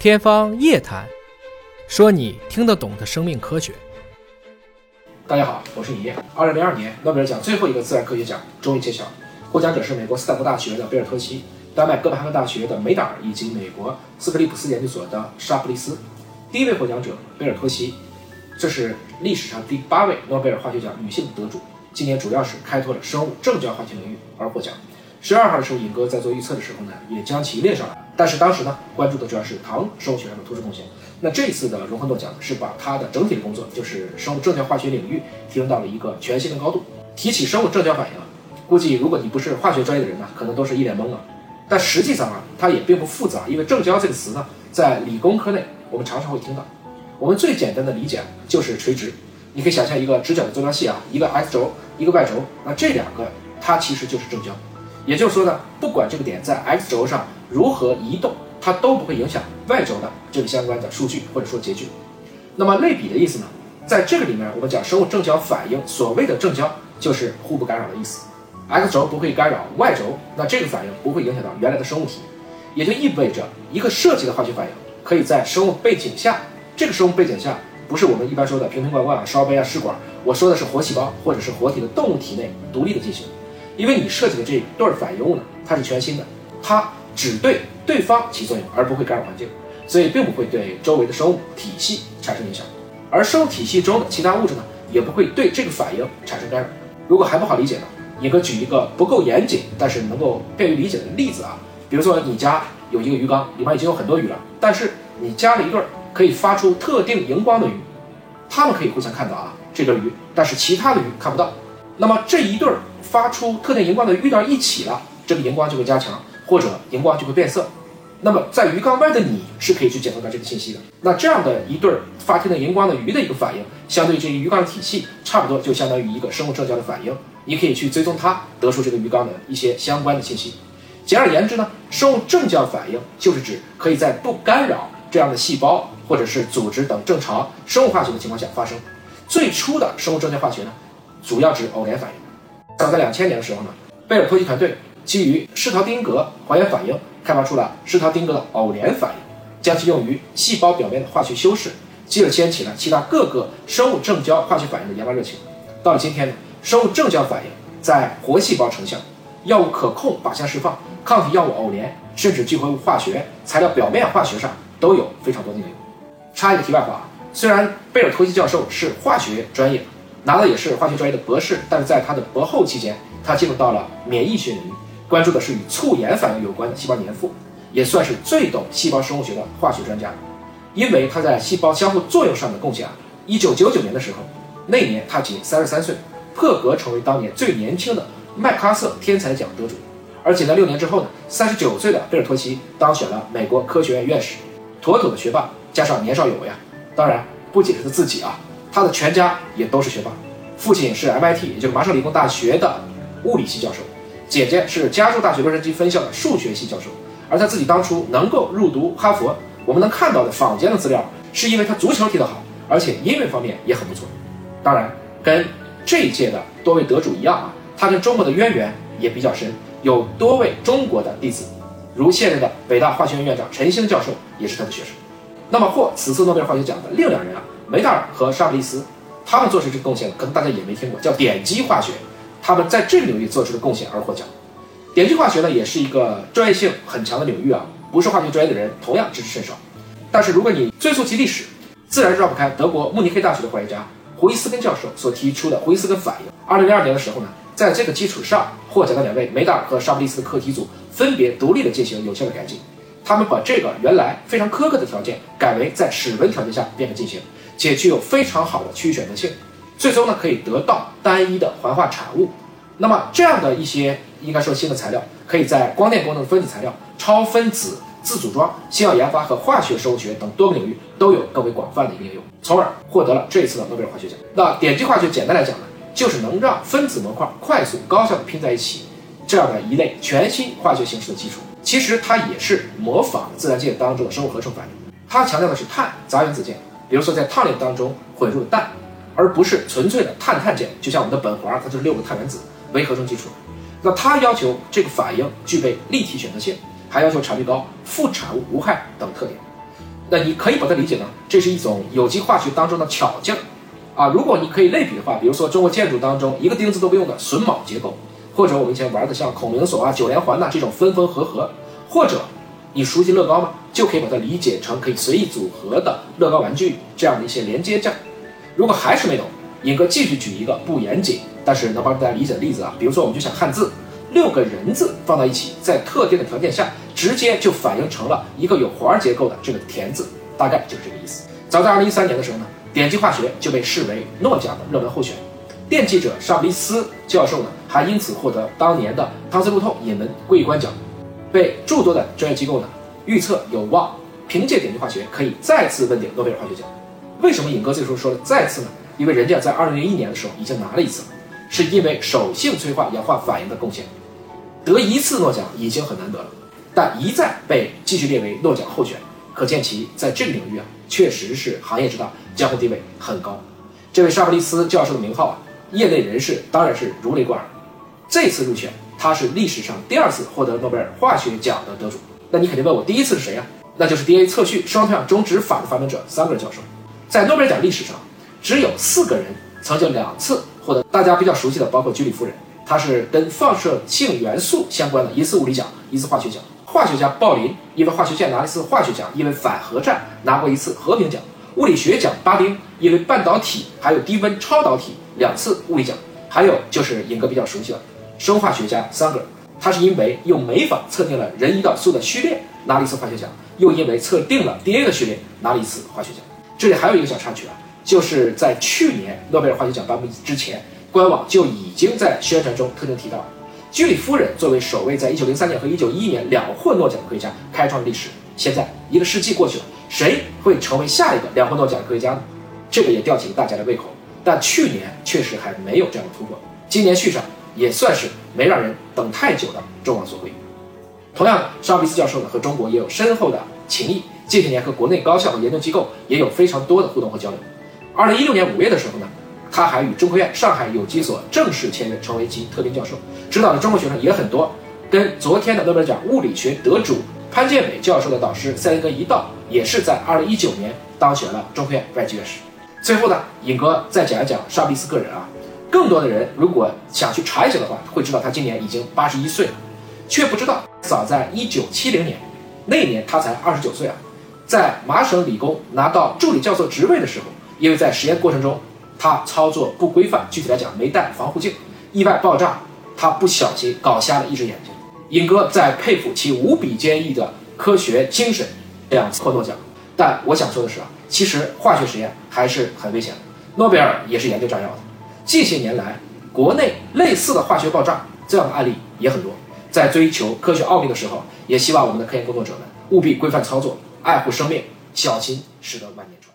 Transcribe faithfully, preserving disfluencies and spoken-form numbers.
天方夜谭，说你听得懂的生命科学。 大家好，我是尹烨。二零零二年诺贝尔奖最后一个自然科学奖终于揭晓，获奖者是美国斯坦福大学的贝尔托西、丹麦哥本哈根大学的梅达尔以及美国斯克利普斯研究所的沙普利斯。第一位获奖者贝尔托西，这是历史上第八位诺贝尔化学奖女性得主，今年主要是开拓了生物正交化学领域而获奖。十二号的时候，尹哥在做预测的时候呢，也将其列上来。但是当时呢，关注的主要是糖生物学上的突出贡献。那这一次的荣获诺奖是把他的整体的工作，就是生物正交化学领域提升到了一个全新的高度。提起生物正交反应啊，估计如果你不是化学专业的人呢，可能都是一脸懵啊。但实际上啊，它也并不复杂，因为正交这个词呢，在理工科内我们常常会听到。我们最简单的理解就是垂直，你可以想象一个直角的坐标系啊，一个 x 轴，一个 y 轴，那这两个它其实就是正交。也就是说呢，不管这个点在 x 轴上如何移动，它都不会影响 y 轴的这个相关的数据或者说截距。那么类比的意思呢，在这个里面我们讲生物正交反应，所谓的正交就是互不干扰的意思。x 轴不会干扰 y 轴，那这个反应不会影响到原来的生物体，也就意味着一个设计的化学反应可以在生物背景下，这个生物背景下不是我们一般说的瓶瓶罐罐啊、烧杯啊、试管，我说的是活细胞或者是活体的动物体内独立的进行。因为你设计的这对反应物呢，它是全新的，它只对对方起作用，而不会干扰环境，所以并不会对周围的生物体系产生影响。而生物体系中的其他物质呢，也不会对这个反应产生干扰。如果还不好理解呢，也可举一个不够严谨，但是能够便于理解的例子啊。比如说你家有一个鱼缸，里面已经有很多鱼了，但是你加了一对可以发出特定荧光的鱼，它们可以互相看到啊这对鱼，但是其他的鱼看不到。那么这一对发出特定荧光的遇到一起了，这个荧光就会加强，或者荧光就会变色。那么在鱼缸外的你是可以去检测到这个信息的。那这样的一对发特定荧光的鱼的一个反应，相对于这个鱼缸的体系，差不多就相当于一个生物正交的反应。你可以去追踪它，得出这个鱼缸的一些相关的信息。简而言之呢，生物正交反应就是指可以在不干扰这样的细胞或者是组织等正常生物化学的情况下发生。最初的生物正交化学呢，主要指偶联反应。早在两千年的时候呢，贝尔托西团队基于施陶丁格还原反应，开发出了施陶丁格的偶联反应，将其用于细胞表面的化学修饰，继而掀起了其他各个生物正交化学反应的研发热情。到了今天呢，生物正交反应在活细胞成像、药物可控靶向释放、抗体药物偶联，甚至聚合物化学、材料表面化学上都有非常多的应用。插一个题外话，虽然贝尔托西教授是化学专业，拿的也是化学专业的博士，但是在他的博后期间，他进入到了免疫学领域，关注的是与促炎反应有关的细胞黏附，也算是最懂细胞生物学的化学专家。因为他在细胞相互作用上的贡献啊，一九九九年的时候，那年他仅三十三岁，破格成为当年最年轻的麦克阿瑟天才奖得主。而且在六年之后呢，三十九岁的贝尔托西当选了美国科学院院士，妥妥的学霸，加上年少有为啊。当然不仅是他自己啊，他的全家也都是学霸。父亲是 M I T 也就是麻省理工大学的物理系教授，姐姐是加州大学洛杉矶分校的数学系教授。而他自己当初能够入读哈佛，我们能看到的坊间的资料，是因为他足球踢得好，而且音乐方面也很不错。当然跟这一届的多位得主一样啊，他跟中国的渊源也比较深，有多位中国的弟子，如现任的北大化学院院长陈星教授也是他的学生。那么获此次诺贝尔化学奖的另两人啊，梅达尔和沙普利斯，他们做出这个贡献可能大家也没听过，叫点击化学。他们在这个领域做出的贡献而获奖。点击化学呢，也是一个专业性很强的领域啊，不是化学专业的人同样知之甚少。但是如果你追溯其历史，自然绕不开德国慕尼黑大学的化学家胡伊斯根教授所提出的胡伊斯根反应。二零零二年的时候呢，在这个基础上获奖的两位梅达尔和沙普利斯的课题组分别独立的进行有效的改进。他们把这个原来非常苛刻的条件改为在室温条件下便可进行，且具有非常好的区域选择性，最终呢可以得到单一的环化产物。那么这样的一些应该说新的材料，可以在光电功能的分子材料、超分子自组装、新药研发和化学生物学等多个领域都有更为广泛的一个应用，从而获得了这一次的诺贝尔化学奖。那点击化学简单来讲呢，就是能让分子模块快速高效的拼在一起，这样的一类全新化学形式的基础。其实它也是模仿自然界当中的生物合成反应，它强调的是碳杂原子键，比如说在碳链当中混入氮，而不是纯粹的碳碳键，就像我们的苯环，它就是六个碳原子为合成基础。那它要求这个反应具备立体选择性，还要求产率高、副产物无害等特点。 那你可以把它理解呢，这是一种有机化学当中的巧劲儿啊。如果你可以类比的话，比如说中国建筑当中一个钉子都不用的榫卯结构，或者我们以前玩的像孔明锁啊、九连环呐、啊、这种分分合合，或者你熟悉乐高吗？就可以把它理解成可以随意组合的乐高玩具这样的一些连接件。如果还是没懂，尹哥继续举一个不严谨但是能帮大家理解的例子啊，比如说我们就想汉字，六个人字放到一起，在特定的条件下，直接就反映成了一个有环结构的这个田字，大概就是这个意思。早在二零一三年的时候呢，点击化学就被视为诺奖的热门候选，电记者沙布利斯教授呢，还因此获得当年的汤斯路透引文桂冠奖，被诸多的专业机构呢预测有望凭借点击化学可以再次问鼎诺贝尔化学奖。为什么尹哥这时候说了再次呢？因为人家在二零零一年的时候已经拿了一次了，是因为手性催化氧化反应的贡献，得一次诺奖已经很难得了，但一再被继续列为诺奖候选，可见其在这个领域啊，确实是行业之大，江湖地位很高。这位沙布利斯教授的名号啊，业内人士当然是如雷贯耳。这次入选，他是历史上第二次获得诺贝尔化学奖的得主。那你肯定问我，第一次是谁啊？那就是 D N A 测序双脱氧中酯法的发明者桑格尔教授。在诺贝尔奖历史上，只有四个人曾经两次获得大家比较熟悉的，包括居里夫人，她是跟放射性元素相关的，一次物理奖，一次化学奖。化学家鲍林因为化学界拿了一次化学奖，因为反核战拿过一次和平奖。物理学奖巴丁因为半导体还有低温超导体两次物理奖。还有就是尹哥比较熟悉的生化学家桑格尔，他是因为用酶法测定了人胰岛素的序列拿了一次化学奖，又因为测定了 D N A 的序列拿了一次化学奖。这里还有一个小插曲啊，就是在去年诺贝尔化学奖颁布之前，官网就已经在宣传中特定提到，居里夫人作为首位在一九零三年和一九一一年两获诺奖的科学家开创历史。现在一个世纪过去了，谁会成为下一个两获诺奖的科学家呢？这个也吊起了大家的胃口，但去年确实还没有这样的突破，今年续上也算是没让人等太久的众望所归。同样的，沙布利斯教授呢和中国也有深厚的情谊，近些年和国内高校和研究机构也有非常多的互动和交流。二零一六年五月的时候呢，他还与中科院上海有机所正式签约，成为其特聘教授，指导的中国学生也很多。跟昨天的诺贝尔奖物理学得主潘建伟教授的导师塞林格一道，也是在二零一九年当选了中科院外籍院士。最后呢，尹哥再讲一讲沙布利斯个人啊，更多的人如果想去查一下的话，会知道他今年已经八十一岁了，却不知道早在一九七零年，那年他才二十九岁啊，在麻省理工拿到助理教授职位的时候，因为在实验过程中他操作不规范，具体来讲没戴防护镜，意外爆炸，他不小心搞瞎了一只眼睛。尹哥在佩服其无比坚毅的科学精神，这样获诺奖。但我想说的是啊，其实化学实验还是很危险的，诺贝尔也是研究炸药的。近些年来，国内类似的化学爆炸这样的案例也很多。在追求科学奥秘的时候，也希望我们的科研工作者们务必规范操作，爱护生命，小心驶得万年船。